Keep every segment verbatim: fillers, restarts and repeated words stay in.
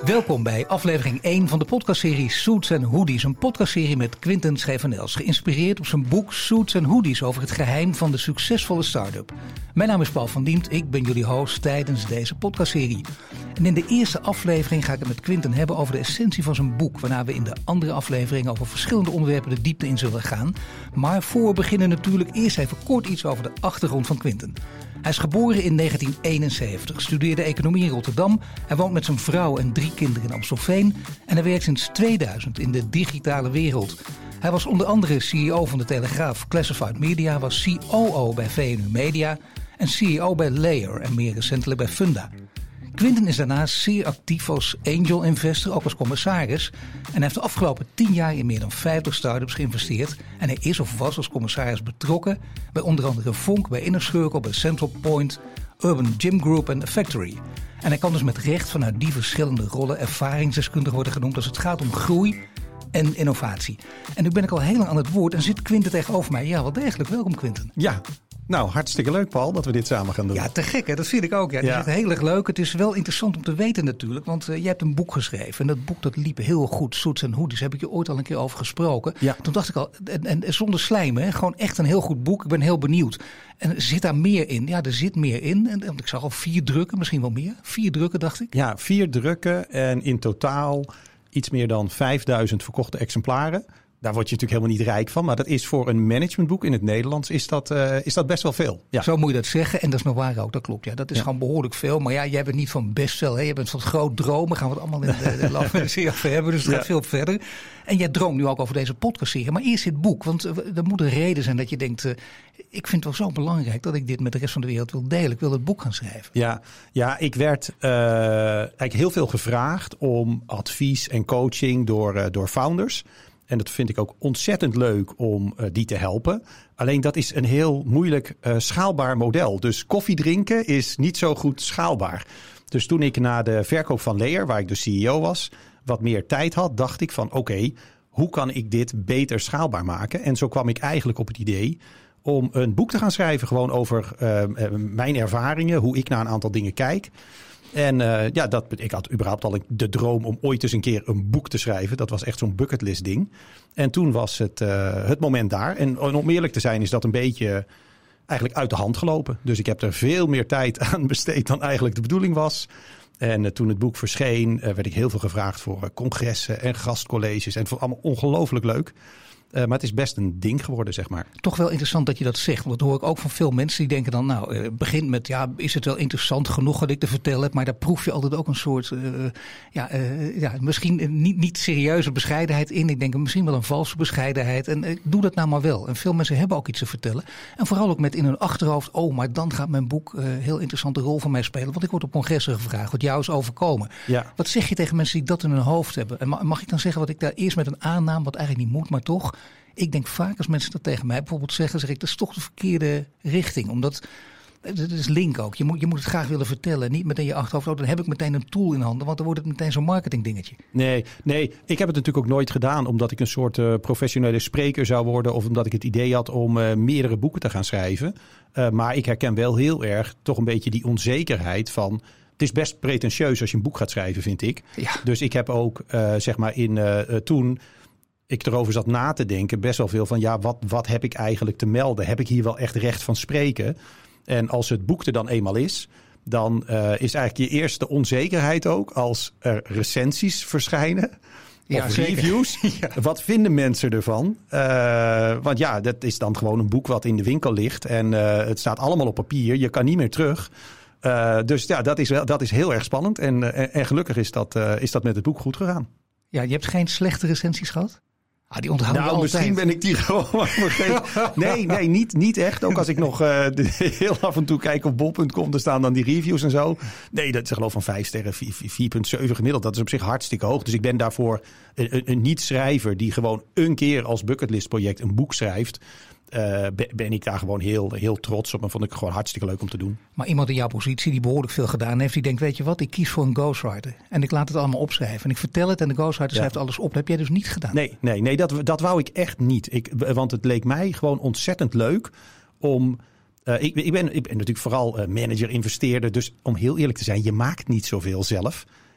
Welkom bij aflevering één van de podcastserie Suits and Hoodies. Een podcastserie met Quinten Schijvenels, geïnspireerd op zijn boek Suits and Hoodies over het geheim van de succesvolle start-up. Mijn naam is Paul van Diemt, ik ben jullie host tijdens deze podcastserie. En in de eerste aflevering ga ik het met Quinten hebben over de essentie van zijn boek, waarna we in de andere aflevering over verschillende onderwerpen de diepte in zullen gaan. Maar voor we beginnen natuurlijk eerst even kort iets over de achtergrond van Quinten. Hij is geboren in negentien eenenzeventig, studeerde economie in Rotterdam. Hij woont met zijn vrouw en drie kinderen in Amstelveen. En hij werkt sinds tweeduizend in de digitale wereld. Hij was onder andere C E O van de Telegraaf Classified Media, was C O O bij V N U Media en C E O bij Layer en meer recentelijk bij Funda. Quinten is daarnaast zeer actief als angel investor, ook als commissaris. En hij heeft de afgelopen tien jaar in meer dan vijftig start-ups geïnvesteerd. En hij is of was als commissaris betrokken bij onder andere Vonk, bij Inner Circle, bij Central Point, Urban Gym Group en Factory. En hij kan dus met recht vanuit die verschillende rollen ervaringsdeskundige worden genoemd als het gaat om groei en innovatie. En nu ben ik al heel lang aan het woord en zit Quinten tegenover mij. Ja, wel degelijk. Welkom, Quinten. Ja. Nou, hartstikke leuk, Paul, dat we dit samen gaan doen. Ja, te gek, hè? Dat vind ik ook. Ja. Ja. Het is heel erg leuk. Het is wel interessant om te weten natuurlijk, want uh, jij hebt een boek geschreven. En dat boek dat liep heel goed, Suits and Hoodies. Daar heb ik je ooit al een keer over gesproken. Ja. Toen dacht ik al, en, en zonder slijmen, hè? Gewoon echt een heel goed boek. Ik ben heel benieuwd. En zit daar meer in? Ja, er zit meer in. En, en ik zag al vier drukken, misschien wel meer. Vier drukken, dacht ik. Ja, vier drukken en in totaal iets meer dan vijfduizend verkochte exemplaren. Daar word je natuurlijk helemaal niet rijk van. Maar dat is voor een managementboek in het Nederlands is dat, uh, is dat best wel veel. Ja. Zo moet je dat zeggen. En dat is nog waar ook. Dat klopt. Ja, dat is ja. gewoon behoorlijk veel. Maar ja, jij bent niet van bestseller. Hè? Jij bent van groot dromen. Gaan we het allemaal in de, de lafserie over hebben. Dus het ja. gaat veel verder. En jij droomt nu ook over deze podcastserie. Maar eerst dit boek. Want uh, er moet een reden zijn dat je denkt, uh, ik vind het wel zo belangrijk dat ik dit met de rest van de wereld wil delen. Ik wil het boek gaan schrijven. Ja, ja ik werd uh, eigenlijk heel veel gevraagd om advies en coaching door, uh, door founders. En dat vind ik ook ontzettend leuk om uh, die te helpen. Alleen dat is een heel moeilijk uh, schaalbaar model. Dus koffie drinken is niet zo goed schaalbaar. Dus toen ik na de verkoop van Layer, waar ik de C E O was, wat meer tijd had, dacht ik van oké, okay, hoe kan ik dit beter schaalbaar maken? En zo kwam ik eigenlijk op het idee om een boek te gaan schrijven. Gewoon over uh, uh, mijn ervaringen, hoe ik naar een aantal dingen kijk. En uh, ja, dat, ik had überhaupt al de droom om ooit eens een keer een boek te schrijven. Dat was echt zo'n bucketlist ding. En toen was het, uh, het moment daar. En om eerlijk te zijn is dat een beetje eigenlijk uit de hand gelopen. Dus ik heb er veel meer tijd aan besteed dan eigenlijk de bedoeling was. En uh, toen het boek verscheen uh, werd ik heel veel gevraagd voor uh, congressen en gastcolleges. En het vond allemaal ongelooflijk leuk. Uh, maar het is best een ding geworden, zeg maar. Toch wel interessant dat je dat zegt. Want dat hoor ik ook van veel mensen die denken dan, nou, het uh, begint met, ja, is het wel interessant genoeg wat ik te vertellen heb. Maar daar proef je altijd ook een soort, uh, ja, uh, ja, misschien niet, niet serieuze bescheidenheid in. Ik denk misschien wel een valse bescheidenheid. En uh, doe dat nou maar wel. En veel mensen hebben ook iets te vertellen. En vooral ook met in hun achterhoofd, oh, maar dan gaat mijn boek een uh, heel interessante rol voor mij spelen. Want ik word op congressen gevraagd, wat jou is overkomen. Ja. Wat zeg je tegen mensen die dat in hun hoofd hebben? En mag ik dan zeggen wat ik daar eerst met een aanname, wat eigenlijk niet moet, maar toch. Ik denk vaak als mensen dat tegen mij bijvoorbeeld zeggen, zeg ik, dat is toch de verkeerde richting. Omdat, dat is link ook. Je moet, je moet het graag willen vertellen. Niet meteen je achterhoofd, oh, dan heb ik meteen een tool in handen. Want dan wordt het meteen zo'n marketing dingetje. Nee, nee, ik heb het natuurlijk ook nooit gedaan omdat ik een soort uh, professionele spreker zou worden. Of omdat ik het idee had om uh, meerdere boeken te gaan schrijven. Uh, maar ik herken wel heel erg toch een beetje die onzekerheid van. Het is best pretentieus als je een boek gaat schrijven, vind ik. Ja. Dus ik heb ook, uh, zeg maar, in uh, uh, toen ik erover zat na te denken, best wel veel van, ja, wat, wat heb ik eigenlijk te melden? Heb ik hier wel echt recht van spreken? En als het boek er dan eenmaal is, dan uh, is eigenlijk je eerste onzekerheid ook als er recensies verschijnen. Ja, of zeker. reviews. Ja. Wat vinden mensen ervan? Uh, want ja, dat is dan gewoon een boek wat in de winkel ligt. En uh, het staat allemaal op papier. Je kan niet meer terug. Uh, dus ja, dat is, wel, dat is heel erg spannend. En, uh, en gelukkig is dat, uh, is dat met het boek goed gegaan. Ja, je hebt geen slechte recensies gehad? Ah, die onthoud nou, je altijd. Misschien ben ik die gewoon maar vergeten. Nee, nee niet, niet echt. Ook als ik nog uh, heel af en toe kijk op bol punt com, er staan dan die reviews en zo. Nee, dat is geloof van vijf sterren, vier komma zeven gemiddeld. Dat is op zich hartstikke hoog. Dus ik ben daarvoor een, een, een niet-schrijver die gewoon een keer als bucketlist project een boek schrijft. Uh, ben ik daar gewoon heel, heel trots op en vond ik gewoon hartstikke leuk om te doen. Maar iemand in jouw positie die behoorlijk veel gedaan heeft, die denkt, weet je wat, ik kies voor een ghostwriter. En ik laat het allemaal opschrijven. En ik vertel het en de ghostwriter ja. schrijft alles op. Dat heb jij dus niet gedaan. Nee, nee, nee dat, dat wou ik echt niet. Ik, want het leek mij gewoon ontzettend leuk om. Uh, ik, ik, ben, ik ben natuurlijk vooral uh, manager, investeerder. Dus om heel eerlijk te zijn, je maakt niet zoveel zelf.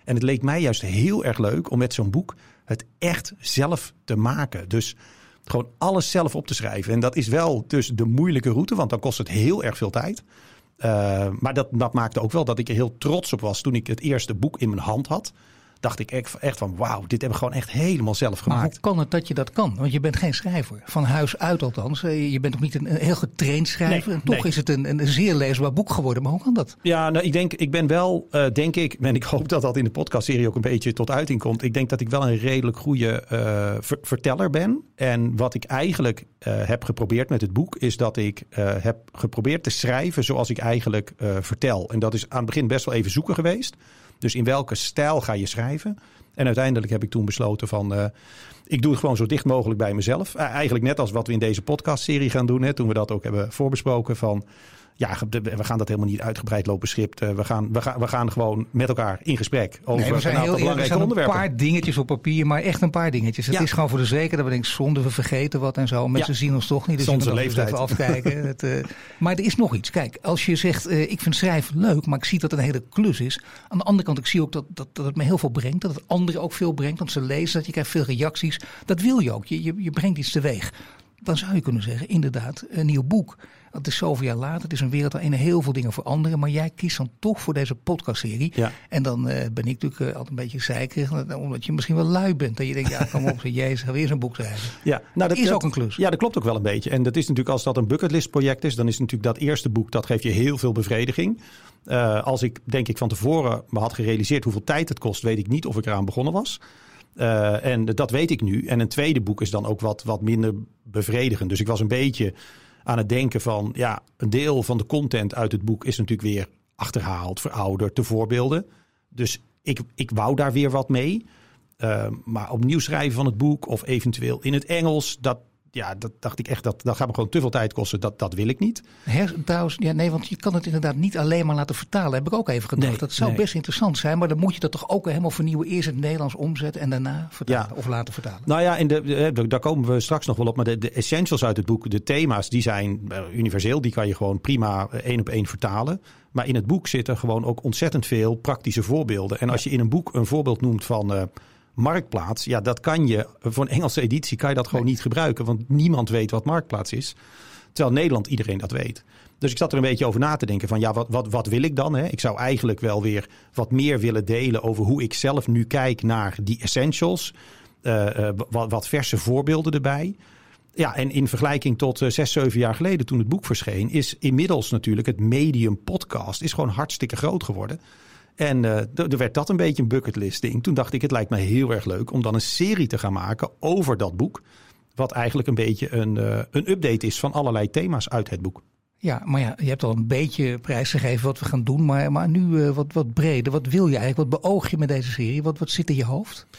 En het leek mij juist heel erg leuk om met zo'n boek het echt zelf te maken. Dus gewoon alles zelf op te schrijven. En dat is wel dus de moeilijke route, want dan kost het heel erg veel tijd. Uh, maar dat, dat maakte ook wel dat ik er heel trots op was toen ik het eerste boek in mijn hand had. Dacht ik echt van wauw, dit hebben we gewoon echt helemaal zelf gemaakt. Maar hoe kan het dat je dat kan? Want je bent geen schrijver. Van huis uit althans. Je bent ook niet een heel getraind schrijver. Nee, en toch nee. is het een, een zeer leesbaar boek geworden. Maar hoe kan dat? Ja, nou, ik denk, ik ben wel, uh, denk ik, en ik hoop dat dat in de podcastserie ook een beetje tot uiting komt. Ik denk dat ik wel een redelijk goede uh, ver- verteller ben. En wat ik eigenlijk uh, heb geprobeerd met het boek, is dat ik uh, heb geprobeerd te schrijven zoals ik eigenlijk uh, vertel. En dat is aan het begin best wel even zoeken geweest. Dus in welke stijl ga je schrijven? En uiteindelijk heb ik toen besloten van... Uh, ik doe het gewoon zo dicht mogelijk bij mezelf. Uh, eigenlijk net als wat we in deze podcastserie gaan doen. Hè, toen we dat ook hebben voorbesproken van... Ja, we gaan dat helemaal niet uitgebreid lopen script. We gaan, we, gaan, we gaan gewoon met elkaar in gesprek over nee, we zijn een aantal heel belangrijke eerlijk, onderwerpen. Een paar dingetjes op papier, maar echt een paar dingetjes. Het ja. is gewoon voor de zekerheid dat we denken, zonde, we vergeten wat en zo. Mensen ja. zien ons toch niet, dus onze je moet even afkijken. het, uh, maar er is nog iets. Kijk, als je zegt, uh, ik vind schrijven leuk, maar ik zie dat het een hele klus is. Aan de andere kant, ik zie ook dat, dat, dat het me heel veel brengt. Dat het anderen ook veel brengt, want ze lezen dat, je krijgt veel reacties. Dat wil je ook. Je, je, je brengt iets teweeg. Dan zou je kunnen zeggen, inderdaad, een nieuw boek. Het is zoveel jaar later, het is een wereld waarin heel veel dingen veranderen. Maar jij kiest dan toch voor deze podcastserie. Ja. En dan uh, ben ik natuurlijk uh, altijd een beetje zeikerig. Omdat je misschien wel lui bent. Dat je denkt, ja, kom op, jezus, weer zo'n boek schrijven. Ja, nou, dat is dat, ook een klus. Ja, dat klopt ook wel een beetje. En dat is natuurlijk, als dat een bucketlist project is, dan is natuurlijk dat eerste boek, dat geeft je heel veel bevrediging. Uh, als ik, denk ik, van tevoren me had gerealiseerd hoeveel tijd het kost, weet ik niet of ik eraan begonnen was. Uh, en dat weet ik nu. En een tweede boek is dan ook wat, wat minder bevredigend. Dus ik was een beetje aan het denken van... ja, een deel van de content uit het boek is natuurlijk weer achterhaald, verouderd, te voorbeelden. Dus ik, ik wou daar weer wat mee. Uh, maar opnieuw schrijven van het boek of eventueel in het Engels... dat, ja, dat dacht ik echt, dat, dat gaat me gewoon te veel tijd kosten. Dat, dat wil ik niet. Her, trouwens, ja, nee, want je kan het inderdaad niet alleen maar laten vertalen. Heb ik ook even gedacht. Nee, dat zou nee. best interessant zijn. Maar dan moet je dat toch ook helemaal vernieuwen. Eerst in het Nederlands omzetten en daarna vertalen. Ja. Of laten vertalen. Nou ja, in de, de, daar komen we straks nog wel op. Maar de, de essentials uit het boek, de thema's, die zijn uh, universeel. Die kan je gewoon prima uh, één op één vertalen. Maar in het boek zitten gewoon ook ontzettend veel praktische voorbeelden. En als je in een boek een voorbeeld noemt van... Uh, Marktplaats, ja, dat kan je voor een Engelse editie kan je dat gewoon nee. niet gebruiken, want niemand weet wat Marktplaats is, terwijl Nederland iedereen dat weet. Dus ik zat er een beetje over na te denken van ja, wat, wat, wat wil ik dan? Hè? Ik zou eigenlijk wel weer wat meer willen delen over hoe ik zelf nu kijk naar die essentials, uh, uh, wat, wat verse voorbeelden erbij. Ja, en in vergelijking tot uh, zes, zeven jaar geleden toen het boek verscheen, is inmiddels natuurlijk het medium podcast is gewoon hartstikke groot geworden. En uh, er werd dat een beetje een bucketlist ding. Toen dacht ik, het lijkt me heel erg leuk om dan een serie te gaan maken over dat boek. Wat eigenlijk een beetje een, uh, een update is van allerlei thema's uit het boek. Ja, maar ja, je hebt al een beetje prijsgegeven wat we gaan doen. Maar, maar nu uh, wat, wat breder. Wat wil je eigenlijk? Wat beoog je met deze serie? Wat, wat zit in je hoofd?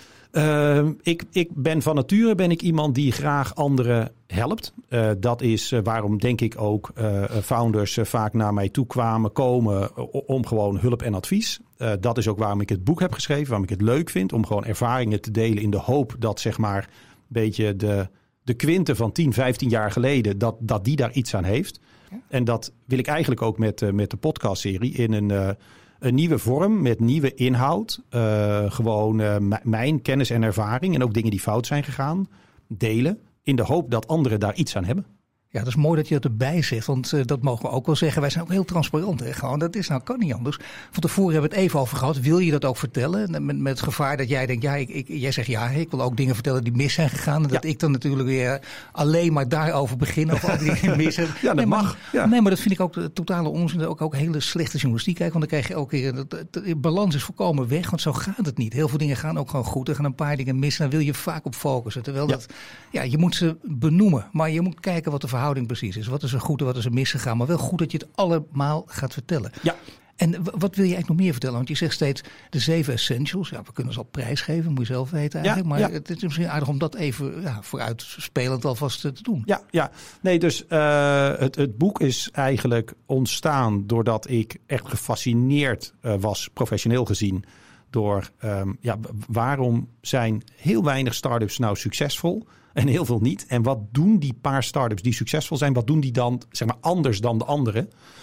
Uh, ik, ik ben van nature ben ik iemand die graag anderen helpt. Uh, dat is uh, waarom denk ik ook uh, founders uh, vaak naar mij toe kwamen, komen uh, om gewoon hulp en advies. Uh, dat is ook waarom ik het boek heb geschreven, waarom ik het leuk vind om gewoon ervaringen te delen in de hoop dat zeg maar een beetje de, de Quinte van tien, vijftien jaar geleden, dat, dat die daar iets aan heeft. Ja. En dat wil ik eigenlijk ook met, uh, met de podcastserie in een... Uh, Een nieuwe vorm met nieuwe inhoud. Uh, gewoon uh, m- mijn kennis en ervaring en ook dingen die fout zijn gegaan delen. In de hoop dat anderen daar iets aan hebben. Ja, dat is mooi dat je dat erbij zegt, want uh, dat mogen we ook wel zeggen. Wij zijn ook heel transparant. Hè? Gewoon, dat is nou, kan niet anders. Van tevoren hebben we het even over gehad. Wil je dat ook vertellen? Met, met het gevaar dat jij denkt, ja, ik, ik, jij zegt ja, ik wil ook dingen vertellen die mis zijn gegaan. En dat ja. ik dan natuurlijk weer alleen maar daarover begin. Of ook dingen mis heb. Ja, dat nee, mag. Maar, ja. Nee, maar dat vind ik ook de totale onzin. Ook, ook hele slechte journalistiek. Want dan krijg je ook weer, de, de, de balans is volkomen weg. Want zo gaat het niet. Heel veel dingen gaan ook gewoon goed. Er gaan een paar dingen mis. En dan wil je vaak op focussen. Terwijl ja. dat, ja, je moet ze benoemen. Maar je moet kijken wat de verhouding precies is. Wat is er goed en wat is er misgegaan. Maar wel goed dat je het allemaal gaat vertellen. Ja. En w- wat wil je eigenlijk nog meer vertellen? Want je zegt steeds de zeven essentials. Ja, we kunnen ze al prijsgeven, moet je zelf weten eigenlijk. Ja, maar ja. het is misschien aardig om dat even ja, vooruitspelend alvast te doen. Ja, ja. Nee, dus uh, het, het boek is eigenlijk ontstaan doordat ik echt gefascineerd uh, was, professioneel gezien, door um, ja, waarom zijn heel weinig start-ups nou succesvol en heel veel niet. En wat doen die paar start-ups die succesvol zijn, wat doen die dan zeg maar anders dan de anderen?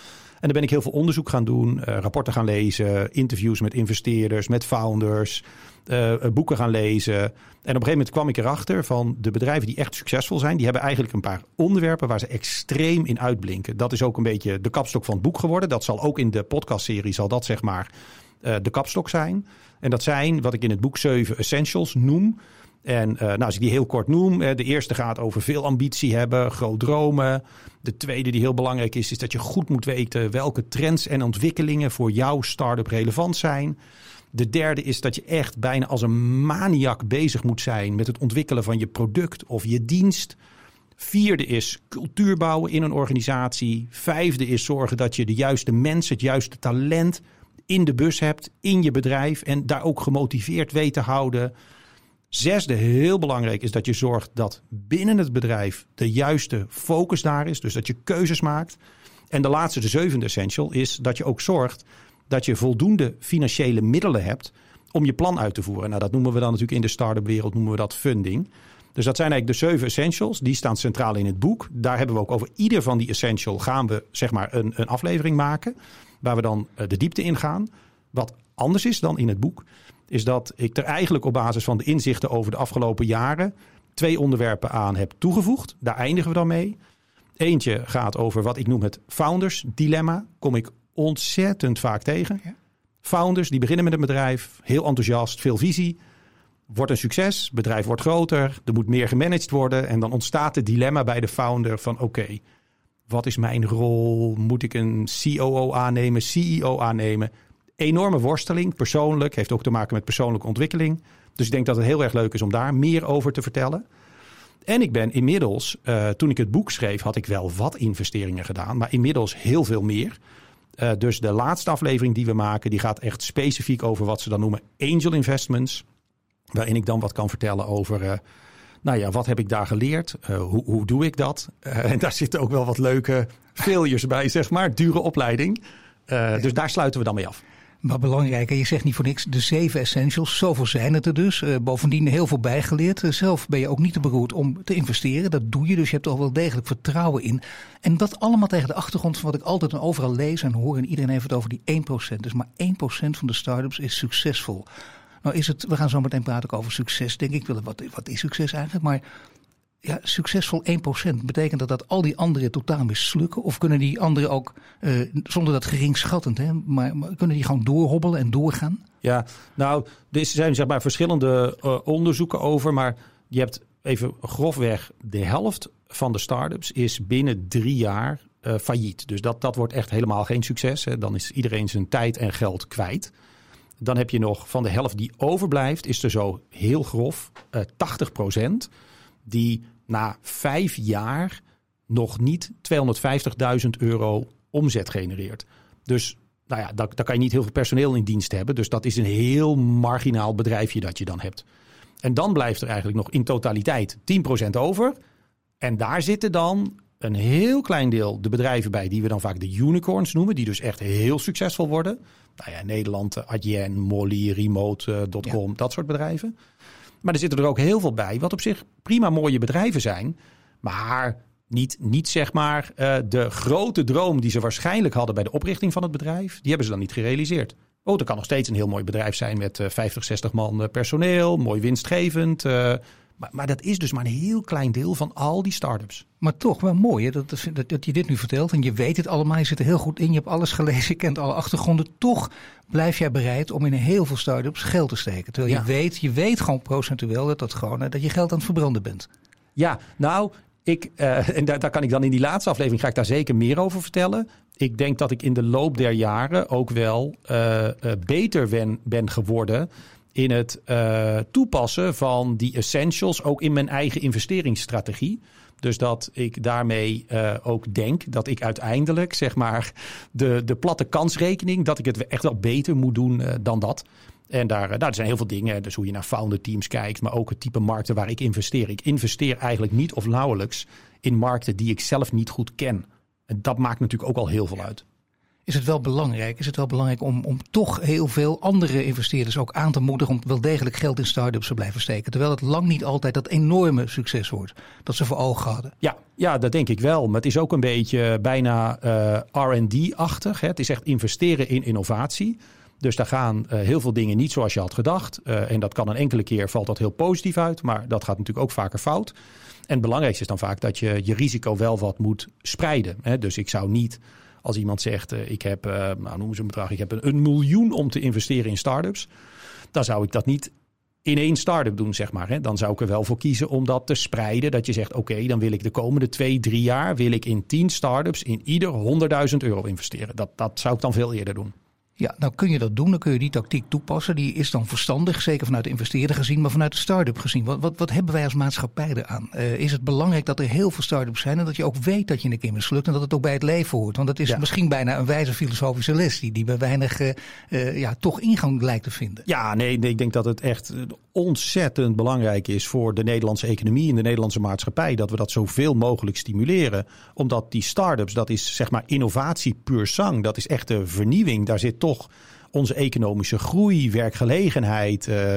dan ben ik heel veel onderzoek gaan doen, uh, rapporten gaan lezen, interviews met investeerders, met founders, uh, boeken gaan lezen. En op een gegeven moment kwam ik erachter van de bedrijven die echt succesvol zijn, die hebben eigenlijk een paar onderwerpen waar ze extreem in uitblinken. Dat is ook een beetje de kapstok van het boek geworden. Dat zal ook in de podcastserie zal dat zeg maar uh, de kapstok zijn. En dat zijn wat ik in het boek zeven essentials noem. En uh, nou, als ik die heel kort noem, uh, de eerste gaat over veel ambitie hebben, groot dromen. De tweede die heel belangrijk is, is dat je goed moet weten welke trends en ontwikkelingen voor jouw start-up relevant zijn. De derde is dat je echt bijna als een maniak bezig moet zijn met het ontwikkelen van je product of je dienst. Vierde is cultuur bouwen in een organisatie. Vijfde is zorgen dat je de juiste mensen, het juiste talent in de bus hebt, in je bedrijf en daar ook gemotiveerd weet te houden. Zesde, heel belangrijk, is dat je zorgt dat binnen het bedrijf de juiste focus daar is. Dus dat je keuzes maakt. En de laatste, de zevende essential, is dat je ook zorgt dat je voldoende financiële middelen hebt om je plan uit te voeren. Nou, dat noemen we dan natuurlijk in de start-up wereld, noemen we dat funding. Dus dat zijn eigenlijk de zeven essentials. Die staan centraal in het boek. Daar hebben we ook over ieder van die essential gaan we zeg maar een, een aflevering maken. Waar we dan de diepte in gaan. Wat anders is dan in het boek, is dat ik er eigenlijk op basis van de inzichten over de afgelopen jaren twee onderwerpen aan heb toegevoegd. Daar eindigen we dan mee. Eentje gaat over wat ik noem het founders dilemma. Kom ik ontzettend vaak tegen. Founders die beginnen met een bedrijf, heel enthousiast, veel visie. Wordt een succes, bedrijf wordt groter, er moet meer gemanaged worden. En dan ontstaat het dilemma bij de founder van oké, okay, wat is mijn rol? Moet ik een C O O aannemen, C E O aannemen? Enorme worsteling, persoonlijk, heeft ook te maken met persoonlijke ontwikkeling. Dus ik denk dat het heel erg leuk is om daar meer over te vertellen. En ik ben inmiddels, uh, toen ik het boek schreef, had ik wel wat investeringen gedaan, maar inmiddels heel veel meer. Uh, dus de laatste aflevering die we maken, die gaat echt specifiek over wat ze dan noemen angel investments. Waarin ik dan wat kan vertellen over, uh, nou ja, wat heb ik daar geleerd? Uh, hoe, hoe doe ik dat? Uh, en daar zitten ook wel wat leuke failures bij, zeg maar, dure opleiding. Uh, ja. Dus daar sluiten we dan mee af. Maar belangrijker, je zegt niet voor niks de zeven essentials. Zoveel zijn het er dus. Uh, bovendien heel veel bijgeleerd. Uh, zelf ben je ook niet te beroerd om te investeren. Dat doe je, dus je hebt toch wel degelijk vertrouwen in. En dat allemaal tegen de achtergrond van wat ik altijd en overal lees en hoor. En iedereen heeft het over die één procent. Dus maar één procent van de start-ups is succesvol. Nou is het, we gaan zo meteen praten over succes, denk ik. Wat, wat is succes eigenlijk? Maar ja, succesvol één procent. Betekent dat dat al die anderen totaal mislukken? Of kunnen die anderen ook, uh, zonder dat geringschattend, hè, maar, maar kunnen die gewoon doorhobbelen en doorgaan? Ja, nou, er zijn zeg maar verschillende uh, onderzoeken over. Maar je hebt even grofweg de helft van de start-ups is binnen drie jaar uh, failliet. Dus dat, dat wordt echt helemaal geen succes. Hè. Dan is iedereen zijn tijd en geld kwijt. Dan heb je nog van de helft die overblijft, is er zo heel grof uh, tachtig procent die na vijf jaar nog niet tweehonderdvijftigduizend euro omzet genereert. Dus nou ja, daar, daar kan je niet heel veel personeel in dienst hebben. Dus dat is een heel marginaal bedrijfje dat je dan hebt. En dan blijft er eigenlijk nog in totaliteit tien procent over. En daar zitten dan een heel klein deel de bedrijven bij die we dan vaak de unicorns noemen. Die dus echt heel succesvol worden. Nou ja, in Nederland, Adyen, Molly, Remote punt com, ja. Dat soort bedrijven. Maar er zitten er ook heel veel bij, wat op zich prima mooie bedrijven zijn. Maar niet, niet zeg maar uh, de grote droom die ze waarschijnlijk hadden bij de oprichting van het bedrijf. Die hebben ze dan niet gerealiseerd. Oh, dat kan nog steeds een heel mooi bedrijf zijn met uh, vijftig, zestig man uh, personeel. Mooi winstgevend. Uh, maar, maar dat is dus maar een heel klein deel van al die start-ups. Maar toch wel mooi hè? Dat, dat, dat je dit nu vertelt. En je weet het allemaal, je zit er heel goed in. Je hebt alles gelezen, je kent alle achtergronden. Toch blijf jij bereid om in heel veel start-ups geld te steken. Terwijl je ja. weet, je weet gewoon procentueel dat, dat, gewoon, dat je geld aan het verbranden bent. Ja, nou, ik, uh, en daar, daar kan ik dan in die laatste aflevering ga ik daar zeker meer over vertellen. Ik denk dat ik in de loop der jaren ook wel uh, uh, beter ben, ben geworden in het uh, toepassen van die essentials ook in mijn eigen investeringsstrategie. Dus dat ik daarmee uh, ook denk dat ik uiteindelijk zeg maar de, de platte kansrekening, dat ik het echt wel beter moet doen uh, dan dat. En daar, uh, daar zijn heel veel dingen. Dus hoe je naar founder teams kijkt, maar ook het type markten waar ik investeer. Ik investeer eigenlijk niet of nauwelijks in markten die ik zelf niet goed ken. En dat maakt natuurlijk ook al heel veel uit. Is het wel belangrijk? Is het wel belangrijk om, om toch heel veel andere investeerders ook aan te moedigen om wel degelijk geld in start-ups te blijven steken? Terwijl het lang niet altijd dat enorme succes wordt dat ze voor ogen hadden. Ja, ja, dat denk ik wel. Maar het is ook een beetje bijna uh, R en D-achtig. Hè. Het is echt investeren in innovatie. Dus daar gaan uh, heel veel dingen niet zoals je had gedacht. Uh, en dat kan een enkele keer, valt dat heel positief uit. Maar dat gaat natuurlijk ook vaker fout. En het belangrijkste is dan vaak dat je je risico wel wat moet spreiden. Hè. Dus ik zou niet, als iemand zegt, uh, ik heb, uh, nou, noemen ze een bedrag, ik heb een, een miljoen om te investeren in start-ups. Dan zou ik dat niet in één start-up doen, zeg maar. Hè. Dan zou ik er wel voor kiezen om dat te spreiden. Dat je zegt, oké, okay, dan wil ik de komende twee, drie jaar wil ik in tien start-ups in ieder honderdduizend euro investeren. Dat, dat zou ik dan veel eerder doen. Ja, nou kun je dat doen, dan kun je die tactiek toepassen. Die is dan verstandig, zeker vanuit de investeerder gezien, maar vanuit de start-up gezien. Wat, wat, wat hebben wij als maatschappij eraan? Uh, is het belangrijk dat er heel veel start-ups zijn en dat je ook weet dat je een keer mislukt en dat het ook bij het leven hoort? Want dat is ja. misschien bijna een wijze filosofische les die, die bij weinig uh, uh, ja, toch ingang lijkt te vinden. Ja, nee, nee, ik denk dat het echt ontzettend belangrijk is voor de Nederlandse economie en de Nederlandse maatschappij dat we dat zoveel mogelijk stimuleren. Omdat die start-ups, dat is zeg maar innovatie pur sang, dat is echt de vernieuwing. Daar zit toch onze economische groei, werkgelegenheid, uh, uh,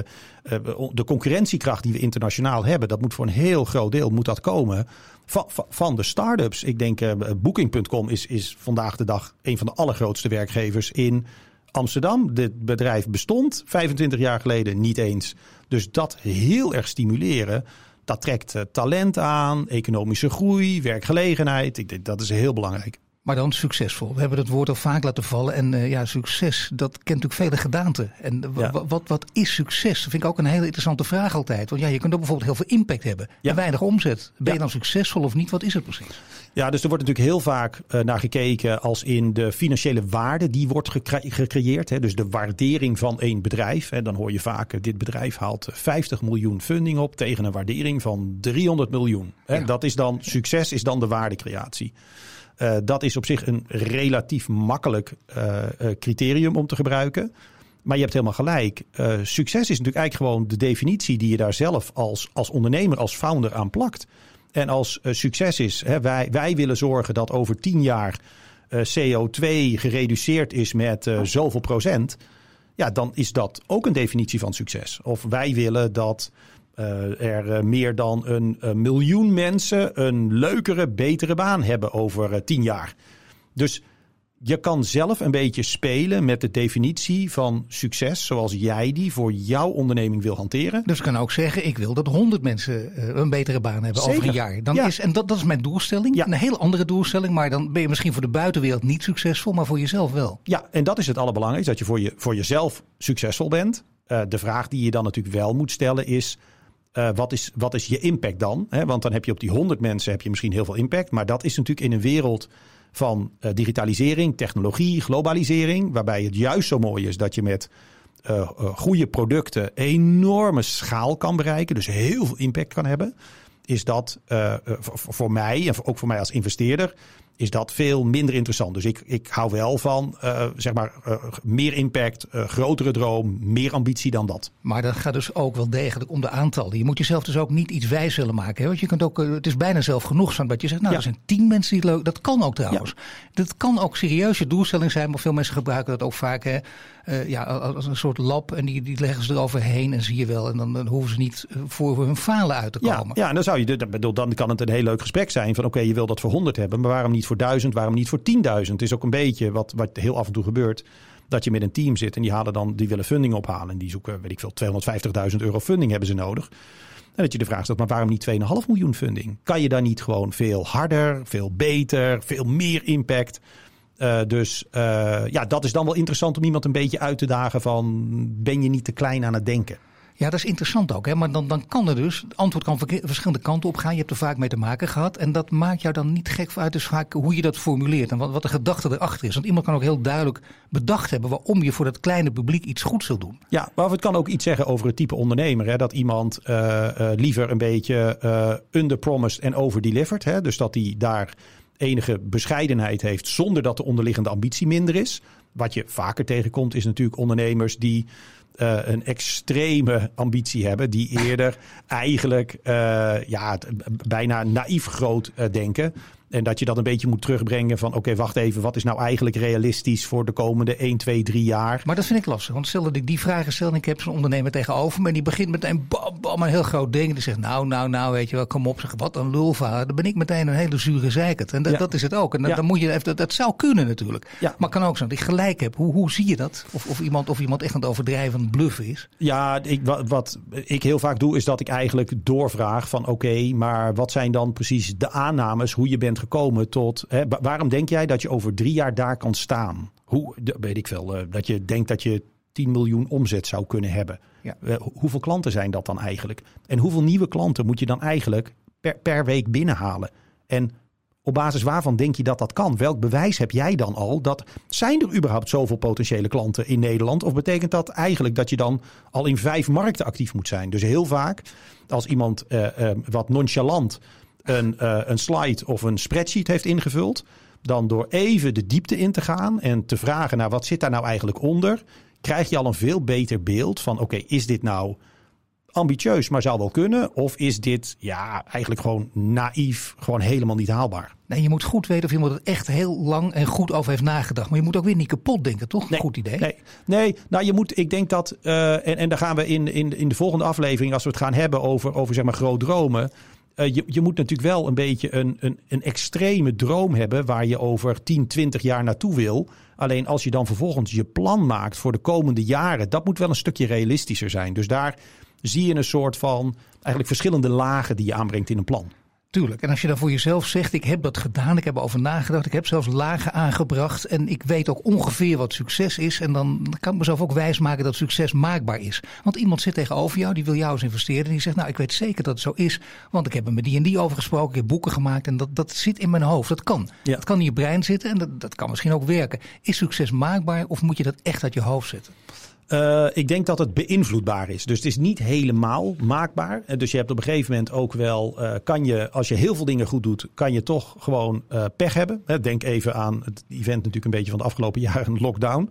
de concurrentiekracht die we internationaal hebben. Dat moet voor een heel groot deel moet dat komen van, van de start-ups. Ik denk uh, Booking punt com is, is vandaag de dag een van de allergrootste werkgevers in Amsterdam. Dit bedrijf bestond vijfentwintig jaar geleden niet eens. Dus dat heel erg stimuleren, dat trekt uh, talent aan, economische groei, werkgelegenheid. Ik denk dat is heel belangrijk. Maar dan succesvol. We hebben het woord al vaak laten vallen. En uh, ja, succes, dat kent natuurlijk vele gedaanten. En w- ja. wat, wat is succes? Dat vind ik ook een hele interessante vraag altijd. Want ja, je kunt ook bijvoorbeeld heel veel impact hebben. Ja. En weinig omzet. Ben ja. je dan succesvol of niet? Wat is het precies? Ja, dus er wordt natuurlijk heel vaak uh, naar gekeken als in de financiële waarde die wordt gecre- gecreëerd. Hè. Dus de waardering van een bedrijf. Hè. Dan hoor je vaak, uh, dit bedrijf haalt vijftig miljoen funding op tegen een waardering van driehonderd miljoen. Hè. Ja. Dat is dan, succes is dan de waardecreatie. Uh, dat is op zich een relatief makkelijk uh, uh, criterium om te gebruiken. Maar je hebt helemaal gelijk. Uh, succes is natuurlijk eigenlijk gewoon de definitie die je daar zelf als, als ondernemer, als founder aan plakt. En als uh, succes is, hè, wij, wij willen zorgen dat over tien jaar uh, C O twee gereduceerd is met uh, zoveel procent. Ja, dan is dat ook een definitie van succes. Of wij willen dat Uh, er uh, meer dan een, een miljoen mensen een leukere, betere baan hebben over uh, tien jaar. Dus je kan zelf een beetje spelen met de definitie van succes zoals jij die voor jouw onderneming wil hanteren. Dus ik kan ook zeggen, ik wil dat honderd mensen uh, een betere baan hebben Zeker. over een jaar. Dan ja. is, en dat, dat is mijn doelstelling. Ja. Een hele andere doelstelling, maar dan ben je misschien voor de buitenwereld niet succesvol, maar voor jezelf wel. Ja, en dat is het allerbelangrijkste, dat je voor, je, voor jezelf succesvol bent. Uh, de vraag die je dan natuurlijk wel moet stellen is, Uh, wat, is, wat is je impact dan? He, want dan heb je op die honderd mensen heb je misschien heel veel impact. Maar dat is natuurlijk in een wereld van uh, digitalisering, technologie, globalisering. Waarbij het juist zo mooi is dat je met uh, uh, goede producten enorme schaal kan bereiken. Dus heel veel impact kan hebben. Is dat uh, uh, voor, voor mij en ook voor mij als investeerder is dat veel minder interessant. Dus ik, ik hou wel van uh, zeg maar uh, meer impact, uh, grotere droom, meer ambitie dan dat. Maar dat gaat dus ook wel degelijk om de aantallen. Je moet jezelf dus ook niet iets wijs willen maken. Hè? Want je kunt ook, uh, het is bijna zelfgenoegzaam dat je zegt, nou ja. er zijn tien mensen die het leuk. Dat kan ook trouwens. Ja. Dat kan ook serieus je doelstelling zijn, maar veel mensen gebruiken dat ook vaak hè, uh, ja, als een soort lab en die, die leggen ze eroverheen en zie je wel. En dan, dan hoeven ze niet voor hun falen uit te komen. Ja, ja en dan zou je, bedoel, dan kan het een heel leuk gesprek zijn van oké, okay, je wil dat voor honderd hebben, maar waarom niet voor duizend, waarom niet voor tienduizend? Het is ook een beetje wat, wat heel af en toe gebeurt. Dat je met een team zit en die halen dan, die willen funding ophalen. En die zoeken, weet ik veel, tweehonderdvijftigduizend euro funding hebben ze nodig. En dat je de vraag stelt, maar waarom niet twee komma vijf miljoen funding? Kan je dan niet gewoon veel harder, veel beter, veel meer impact? Uh, dus uh, ja, dat is dan wel interessant om iemand een beetje uit te dagen van, ben je niet te klein aan het denken? Ja, dat is interessant ook. Hè? Maar dan, dan kan er dus, het antwoord kan verschillende kanten op gaan. Je hebt er vaak mee te maken gehad. En dat maakt jou dan niet gek uit. Dus vaak hoe je dat formuleert en wat, wat de gedachte erachter is. Want iemand kan ook heel duidelijk bedacht hebben waarom je voor dat kleine publiek iets goeds wil doen. Ja, maar het kan ook iets zeggen over het type ondernemer. Hè? Dat iemand uh, uh, liever een beetje uh, under-promised en over-delivered. Hè? Dus dat hij daar enige bescheidenheid heeft zonder dat de onderliggende ambitie minder is. Wat je vaker tegenkomt is natuurlijk ondernemers die Uh, een extreme ambitie hebben. Die eerder eigenlijk uh, ja, bijna naïef groot uh, denken. En dat je dat een beetje moet terugbrengen van... oké, okay, wacht even, wat is nou eigenlijk realistisch voor de komende één, twee, drie jaar? Maar dat vind ik lastig. Want stel dat ik die vragen stel en ik heb zo'n ondernemer tegenover me... en die begint meteen bam, bam, een heel groot ding. En die zegt, nou, nou, nou, weet je wel, kom op. Zeg, wat een lulvader. Dan ben ik meteen een hele zure zeikert. En dat, ja. dat is het ook. En dat, ja. dan moet je even, dat, dat zou kunnen natuurlijk. Ja. Maar het kan ook zijn dat ik gelijk heb. Hoe, hoe zie je dat? Of, of, iemand, of iemand echt aan het overdrijven, aan het bluffen is? Ja, ik, wat, wat ik heel vaak doe is dat ik eigenlijk doorvraag van... oké, okay, maar wat zijn dan precies de aannames... hoe je bent gekomen tot... Hè, waarom denk jij dat je over drie jaar daar kan staan? Hoe, weet ik veel, uh, dat je denkt dat je tien miljoen omzet zou kunnen hebben. Ja. Uh, hoeveel klanten zijn dat dan eigenlijk? En hoeveel nieuwe klanten moet je dan eigenlijk per, per week binnenhalen? En op basis waarvan denk je dat dat kan? Welk bewijs heb jij dan al? Dat, zijn er überhaupt zoveel potentiële klanten in Nederland? Of betekent dat eigenlijk dat je dan al in vijf markten actief moet zijn? Dus heel vaak als iemand uh, uh, wat nonchalant een, uh, een slide of een spreadsheet heeft ingevuld... dan door even de diepte in te gaan en te vragen... nou, wat zit daar nou eigenlijk onder... krijg je al een veel beter beeld van... oké, okay, is dit nou ambitieus, maar zou wel kunnen? Of is dit ja eigenlijk gewoon naïef, gewoon helemaal niet haalbaar? Nee, je moet goed weten of iemand het echt heel lang en goed over heeft nagedacht. Maar je moet ook weer niet kapot denken, toch? Nee, goed idee. Nee, nee, nou je moet, ik denk dat... Uh, en, en daar gaan we in, in, in de volgende aflevering... als we het gaan hebben over, over zeg maar groot dromen... Uh, je, je moet natuurlijk wel een beetje een, een, een extreme droom hebben... waar je over tien, twintig jaar naartoe wil. Alleen als je dan vervolgens je plan maakt voor de komende jaren... dat moet wel een stukje realistischer zijn. Dus daar zie je een soort van eigenlijk verschillende lagen die je aanbrengt in een plan. Tuurlijk. En als je dan voor jezelf zegt, ik heb dat gedaan, ik heb erover nagedacht, ik heb zelfs lagen aangebracht en ik weet ook ongeveer wat succes is. En dan kan ik mezelf ook wijsmaken dat succes maakbaar is. Want iemand zit tegenover jou, die wil jou eens investeren en die zegt, nou ik weet zeker dat het zo is, want ik heb er met die en die over gesproken, ik heb boeken gemaakt en dat, dat zit in mijn hoofd. Dat kan. Ja. Dat kan in je brein zitten en dat, dat kan misschien ook werken. Is succes maakbaar of moet je dat echt uit je hoofd zetten? Uh, ik denk dat het beïnvloedbaar is. Dus het is niet helemaal maakbaar. Dus je hebt op een gegeven moment ook wel... Uh, kan je, als je heel veel dingen goed doet... kan je toch gewoon uh, pech hebben. Denk even aan het event natuurlijk een beetje van de afgelopen jaren... een lockdown.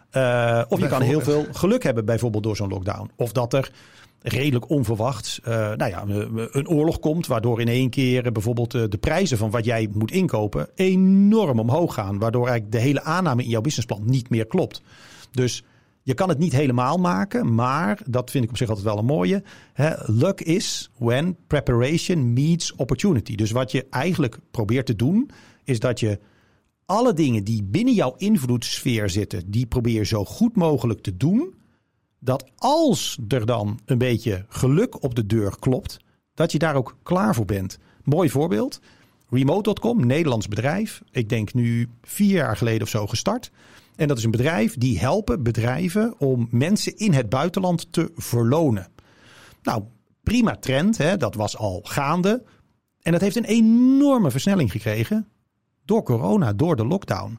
Uh, of je kan heel veel geluk hebben bijvoorbeeld door zo'n lockdown. Of dat er redelijk onverwachts uh, nou ja, een oorlog komt... waardoor in één keer bijvoorbeeld uh, de prijzen van wat jij moet inkopen... enorm omhoog gaan. Waardoor eigenlijk de hele aanname in jouw businessplan niet meer klopt. Dus... je kan het niet helemaal maken, maar dat vind ik op zich altijd wel een mooie. Hè, luck is when preparation meets opportunity. Dus wat je eigenlijk probeert te doen, is dat je alle dingen die binnen jouw invloedssfeer zitten, die probeer je zo goed mogelijk te doen, dat als er dan een beetje geluk op de deur klopt, dat je daar ook klaar voor bent. Mooi voorbeeld. Remote punt com, Nederlands bedrijf. Ik denk nu vier jaar geleden of zo gestart. En dat is een bedrijf die helpen bedrijven om mensen in het buitenland te verlonen. Nou, prima trend. Hè? Dat was al gaande. En dat heeft een enorme versnelling gekregen door corona, door de lockdown.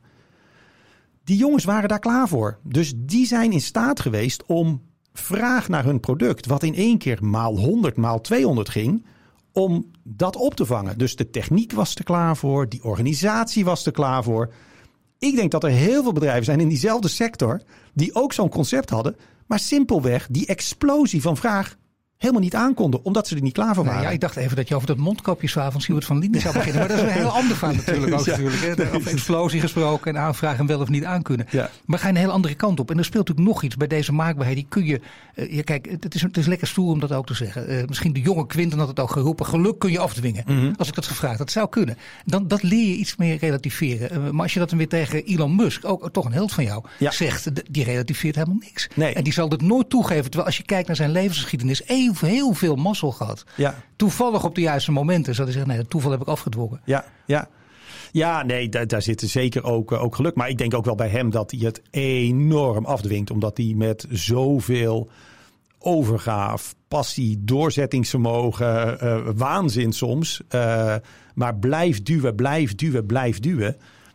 Die jongens waren daar klaar voor. Dus die zijn in staat geweest om vraag naar hun product, wat in één keer maal honderd, maal tweehonderd ging, om dat op te vangen. Dus de techniek was er klaar voor, die organisatie was er klaar voor. Ik denk dat er heel veel bedrijven zijn in diezelfde sector die ook zo'n concept hadden, maar simpelweg die explosie van vraag helemaal niet aankonden, omdat ze er niet klaar voor waren. Nou ja, ik dacht even dat je over dat mondkapje van Siewert van Linden zou beginnen. Maar dat is een heel ander verhaal natuurlijk ook. Ja. Natuurlijk, hè. Over explosie gesproken en aanvragen wel of niet aankunnen. Ja. Maar ga je een heel andere kant op. En er speelt natuurlijk nog iets bij deze maakbaarheid. Die kun je, uh, ja, kijk, het is, het is lekker stoer om dat ook te zeggen. Uh, misschien de jonge Quinten had het ook geroepen. Geluk kun je afdwingen. Mm-hmm. Als ik dat gevraagd, dat zou kunnen. Dan dat leer je iets meer relativeren. Uh, maar als je dat dan weer tegen Elon Musk, ook toch een held van jou, ja. zegt, die relativeert helemaal niks. Nee. En die zal het nooit toegeven. Terwijl als je kijkt naar zijn levensgeschiedenis, heel heel veel mazzel gehad. Ja. Toevallig op de juiste momenten. Zou hij zeggen, nee, dat toeval heb ik afgedwongen. Ja, ja. Ja, nee, daar, daar zit zeker ook, uh, ook geluk. Maar ik denk ook wel bij hem dat hij het enorm afdwingt. Omdat hij met zoveel overgaaf, passie, doorzettingsvermogen, uh, waanzin soms. Uh, maar blijf duwen, blijf duwen, blijf duwen.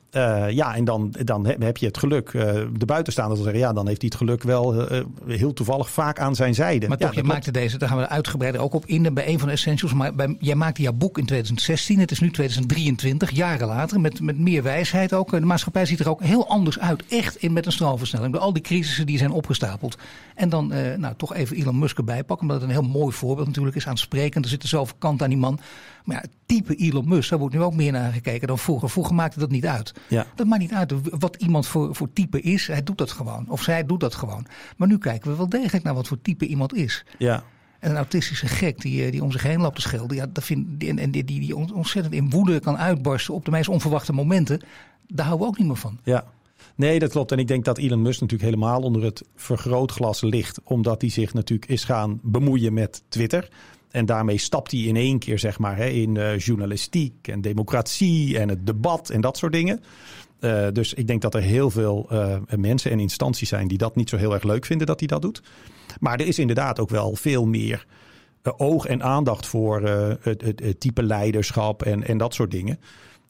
Uh, ja, en dan, dan heb je het geluk. Uh, de buitenstaanders zeggen, ja, dan heeft hij het geluk wel uh, heel toevallig vaak aan zijn zijde. Maar ja, toch, je maakte deze, daar gaan we er uitgebreider ook op in, bij een van de essentials. Maar bij, jij maakte jouw boek in twintig zestien, het is nu twintig drieëntwintig, jaren later, met, met meer wijsheid ook. De maatschappij ziet er ook heel anders uit, echt in, met een stroomversnelling. Door al die crisissen die zijn opgestapeld. En dan, uh, nou, toch even Elon Musk erbij pakken, omdat het een heel mooi voorbeeld natuurlijk is, aansprekend. Er zit er zoveel kant aan die man. Maar ja, het type Elon Musk, daar wordt nu ook meer naar gekeken dan vroeger. Vroeger maakte dat niet uit. Ja. Dat maakt niet uit wat iemand voor, voor type is. Hij doet dat gewoon. Of zij doet dat gewoon. Maar nu kijken we wel degelijk naar wat voor type iemand is. Ja. En een autistische gek die, die om zich heen loopt te schelden. Ja, dat vind, die, en die, die, die ontzettend in woede kan uitbarsten op de meest onverwachte momenten. Daar houden we ook niet meer van. Ja. Nee, dat klopt. En ik denk dat Elon Musk natuurlijk helemaal onder het vergrootglas ligt. Omdat hij zich natuurlijk is gaan bemoeien met Twitter. En daarmee stapt hij in één keer zeg maar, hè, in uh, journalistiek en democratie en het debat en dat soort dingen. Uh, dus ik denk dat er heel veel uh, mensen en instanties zijn die dat niet zo heel erg leuk vinden dat hij dat doet. Maar er is inderdaad ook wel veel meer uh, oog en aandacht voor uh, het, het, het type leiderschap en, en dat soort dingen.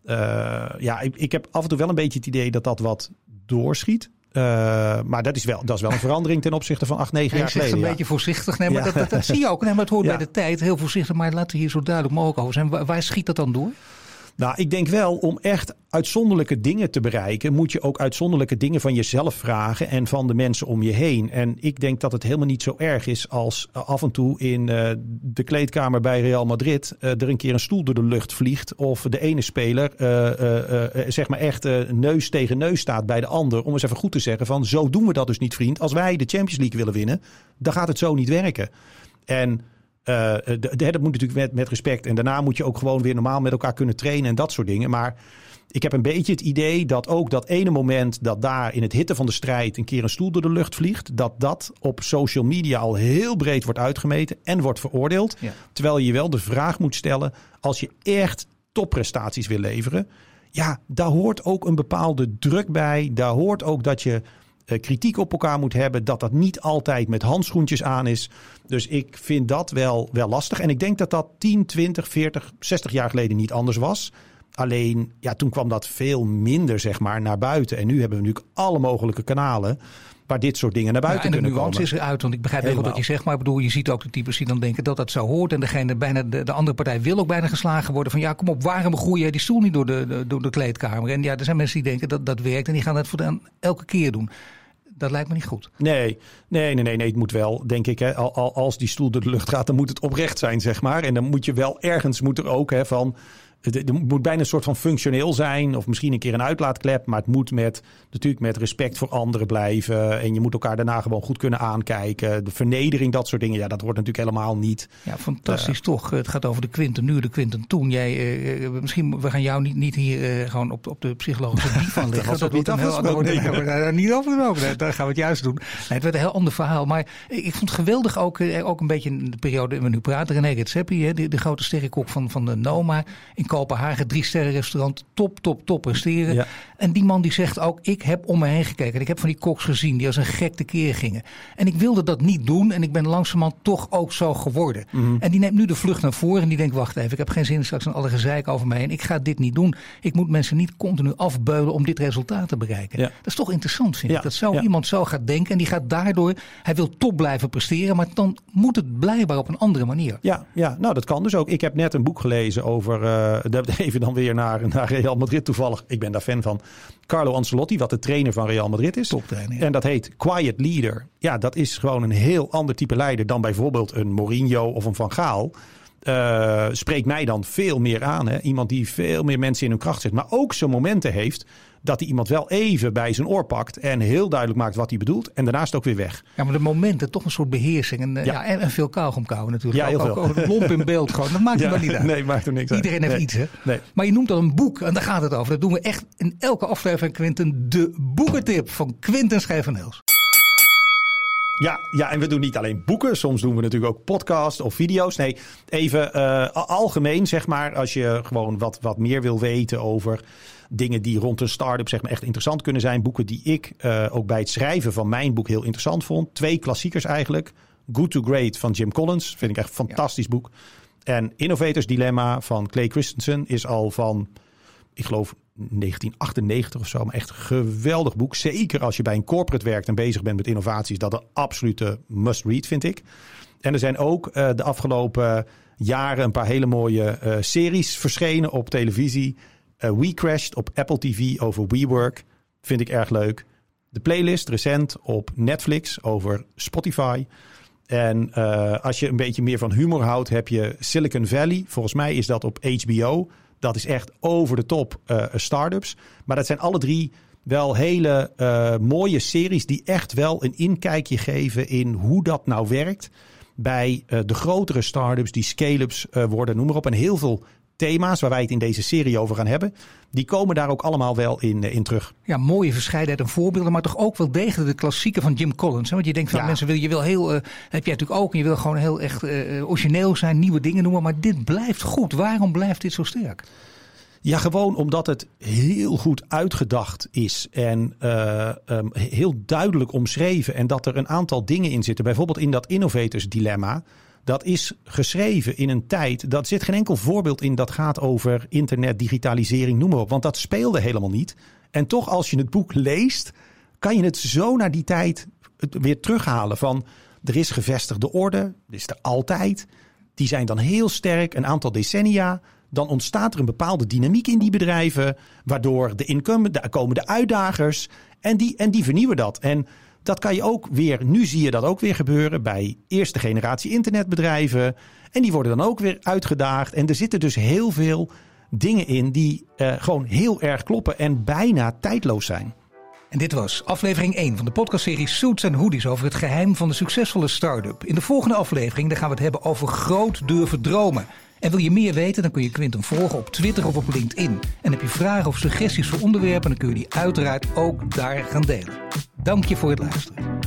Uh, ja, ik, ik heb af en toe wel een beetje het idee dat dat wat doorschiet. Uh, maar dat is, wel, dat is wel een verandering ten opzichte van acht, negen jaar geleden. Je zegt een ja. beetje voorzichtig. Nee, maar ja. dat, dat, dat zie je ook. Nee, maar het hoort ja. bij de tijd. Heel voorzichtig. Maar laten we hier zo duidelijk mogelijk over zijn. Waar, waar schiet dat dan door? Nou, ik denk wel, om echt uitzonderlijke dingen te bereiken, moet je ook uitzonderlijke dingen van jezelf vragen en van de mensen om je heen. En ik denk dat het helemaal niet zo erg is als af en toe in uh, de kleedkamer bij Real Madrid uh, er een keer een stoel door de lucht vliegt. Of de ene speler uh, uh, uh, zeg maar echt uh, neus tegen neus staat bij de ander. Om eens even goed te zeggen van, zo doen we dat dus niet, vriend. Als wij de Champions League willen winnen, dan gaat het zo niet werken. En Uh, de, de, dat moet natuurlijk met, met respect. En daarna moet je ook gewoon weer normaal met elkaar kunnen trainen en dat soort dingen. Maar ik heb een beetje het idee dat ook dat ene moment dat daar in het hitte van de strijd een keer een stoel door de lucht vliegt, dat dat op social media al heel breed wordt uitgemeten en wordt veroordeeld. Ja. Terwijl je wel de vraag moet stellen, als je echt topprestaties wil leveren, ja, daar hoort ook een bepaalde druk bij. Daar hoort ook dat je Uh, kritiek op elkaar moet hebben, dat dat niet altijd met handschoentjes aan is. Dus ik vind dat wel, wel lastig. En ik denk dat dat tien, twintig, veertig, zestig jaar geleden niet anders was. Alleen, ja, toen kwam dat veel minder, zeg maar, naar buiten. En nu hebben we natuurlijk alle mogelijke kanalen waar dit soort dingen naar buiten ja, kunnen komen. En de nuance is eruit, want ik begrijp heel goed wat je zegt. Maar ik bedoel, je ziet ook de types die dan denken dat dat zo hoort. En degene, bijna de, de andere partij wil ook bijna geslagen worden. Van ja, kom op, waarom groei je die stoel niet door de, de, door de kleedkamer? En ja, er zijn mensen die denken dat dat werkt. En die gaan dat voor de, elke keer doen. Dat lijkt me niet goed. Nee, nee, nee, nee, nee. Het moet wel, denk ik, hè, als die stoel door de lucht gaat, dan moet het oprecht zijn, zeg maar. En dan moet je wel ergens, moet er ook hè, van, het moet bijna een soort van functioneel zijn. Of misschien een keer een uitlaatklep. Maar het moet met, natuurlijk met respect voor anderen blijven. En je moet elkaar daarna gewoon goed kunnen aankijken. De vernedering, dat soort dingen. Ja, dat wordt natuurlijk helemaal niet. Ja, fantastisch uh, toch. Het gaat over de Quinten nu, de Quinten toen. Jij, uh, misschien, we gaan jou niet, niet hier uh, gewoon op, op de psychologische divan liggen. dat, dat wordt een heel ander. Nee, daar gaan we niet afgesproken. Daar gaan we het juist doen. Nee, het werd een heel ander verhaal. Maar ik vond het geweldig ook, ook een beetje in de periode waarin we nu praten. René Redzepi, de, de grote sterrenkok van, van de Noma in Kopenhagen, drie sterren restaurant, top, top, top presteren. Ja. En die man die zegt ook, ik heb om me heen gekeken. En ik heb van die koks gezien die als een gek tekeer gingen. En ik wilde dat niet doen en ik ben langzamerhand toch ook zo geworden. Mm-hmm. En die neemt nu de vlucht naar voren en die denkt, wacht even, ik heb geen zin straks aan alle gezeik over mij heen. Ik ga dit niet doen. Ik moet mensen niet continu afbeulen om dit resultaat te bereiken. Ja. Dat is toch interessant, vind ja. ik. Dat zo ja. iemand zo gaat denken en die gaat daardoor, hij wil top blijven presteren, maar dan moet het blijkbaar op een andere manier. Ja, ja, nou dat kan dus ook. Ik heb net een boek gelezen over, uh, even dan weer naar, naar Real Madrid toevallig. Ik ben daar fan van. Carlo Ancelotti, wat de trainer van Real Madrid is. Toptrainer. Ja. En dat heet Quiet Leader. Ja, dat is gewoon een heel ander type leider dan bijvoorbeeld een Mourinho of een Van Gaal. Uh, spreekt mij dan veel meer aan. Hè? Iemand die veel meer mensen in hun kracht zet. Maar ook zijn momenten heeft dat hij iemand wel even bij zijn oor pakt en heel duidelijk maakt wat hij bedoelt. En daarnaast ook weer weg. Ja, maar de momenten, toch een soort beheersing. En, ja. Ja, en, en veel kauwgom kauwen natuurlijk. Ja, heel ook, veel. Ook, ook lomp in beeld gewoon. Dat maakt ja, er maar niet uit. Nee, maakt er niks uit. Iedereen heeft nee. iets, hè? Nee. Maar je noemt al een boek en daar gaat het over. Dat doen we echt in elke aflevering, Quinten. De boekentip van Quinten Schijvenels. Ja, ja, en we doen niet alleen boeken. Soms doen we natuurlijk ook podcasts of video's. Nee, even uh, algemeen zeg maar. Als je gewoon wat, wat meer wil weten over dingen die rond een start-up zeg maar echt interessant kunnen zijn. Boeken die ik uh, ook bij het schrijven van mijn boek heel interessant vond. Twee klassiekers eigenlijk. Good to Great van Jim Collins. Vind ik echt een fantastisch ja. boek. En Innovators Dilemma van Clay Christensen is al van, ik geloof, negentien achtennegentig of zo. Maar echt een geweldig boek. Zeker als je bij een corporate werkt en bezig bent met innovaties. Is dat een absolute must-read, vind ik. En er zijn ook uh, de afgelopen jaren een paar hele mooie uh, series verschenen op televisie. Uh, We Crashed op Apple T V over WeWork. Vind ik erg leuk. De Playlist recent op Netflix over Spotify. En uh, als je een beetje meer van humor houdt, heb je Silicon Valley. Volgens mij is dat op H B O. Dat is echt over de top uh, startups. Maar dat zijn alle drie wel hele uh, mooie series die echt wel een inkijkje geven in hoe dat nou werkt bij uh, de grotere startups die scale-ups uh, worden, noem maar op. En heel veel thema's waar wij het in deze serie over gaan hebben, die komen daar ook allemaal wel in, in terug. Ja, mooie verscheidenheid en voorbeelden, maar toch ook wel degelijk de klassieken van Jim Collins. Hè? Want je denkt van ja. mensen, wil je wil heel, uh, heb jij natuurlijk ook, en je wil gewoon heel echt uh, origineel zijn, nieuwe dingen noemen, maar dit blijft goed. Waarom blijft dit zo sterk? Ja, gewoon omdat het heel goed uitgedacht is en uh, um, heel duidelijk omschreven en dat er een aantal dingen in zitten. Bijvoorbeeld in dat innovators dilemma. Dat is geschreven in een tijd, dat zit geen enkel voorbeeld in dat gaat over internet, digitalisering, noem maar op. Want dat speelde helemaal niet. En toch als je het boek leest, kan je het zo naar die tijd weer terughalen van er is gevestigde orde, dat is er altijd. Die zijn dan heel sterk, een aantal decennia. Dan ontstaat er een bepaalde dynamiek in die bedrijven, waardoor de incumbent, daar komen de uitdagers en die, en die vernieuwen dat. En dat kan je ook weer, nu zie je dat ook weer gebeuren bij eerste generatie internetbedrijven. En die worden dan ook weer uitgedaagd. En er zitten dus heel veel dingen in die uh, gewoon heel erg kloppen en bijna tijdloos zijn. En dit was aflevering één van de podcastserie Suits and Hoodies over het geheim van de succesvolle start-up. In de volgende aflevering dan gaan we het hebben over groot durven dromen. En wil je meer weten, dan kun je Quinten volgen op Twitter of op LinkedIn. En heb je vragen of suggesties voor onderwerpen, dan kun je die uiteraard ook daar gaan delen. Dank je voor het luisteren.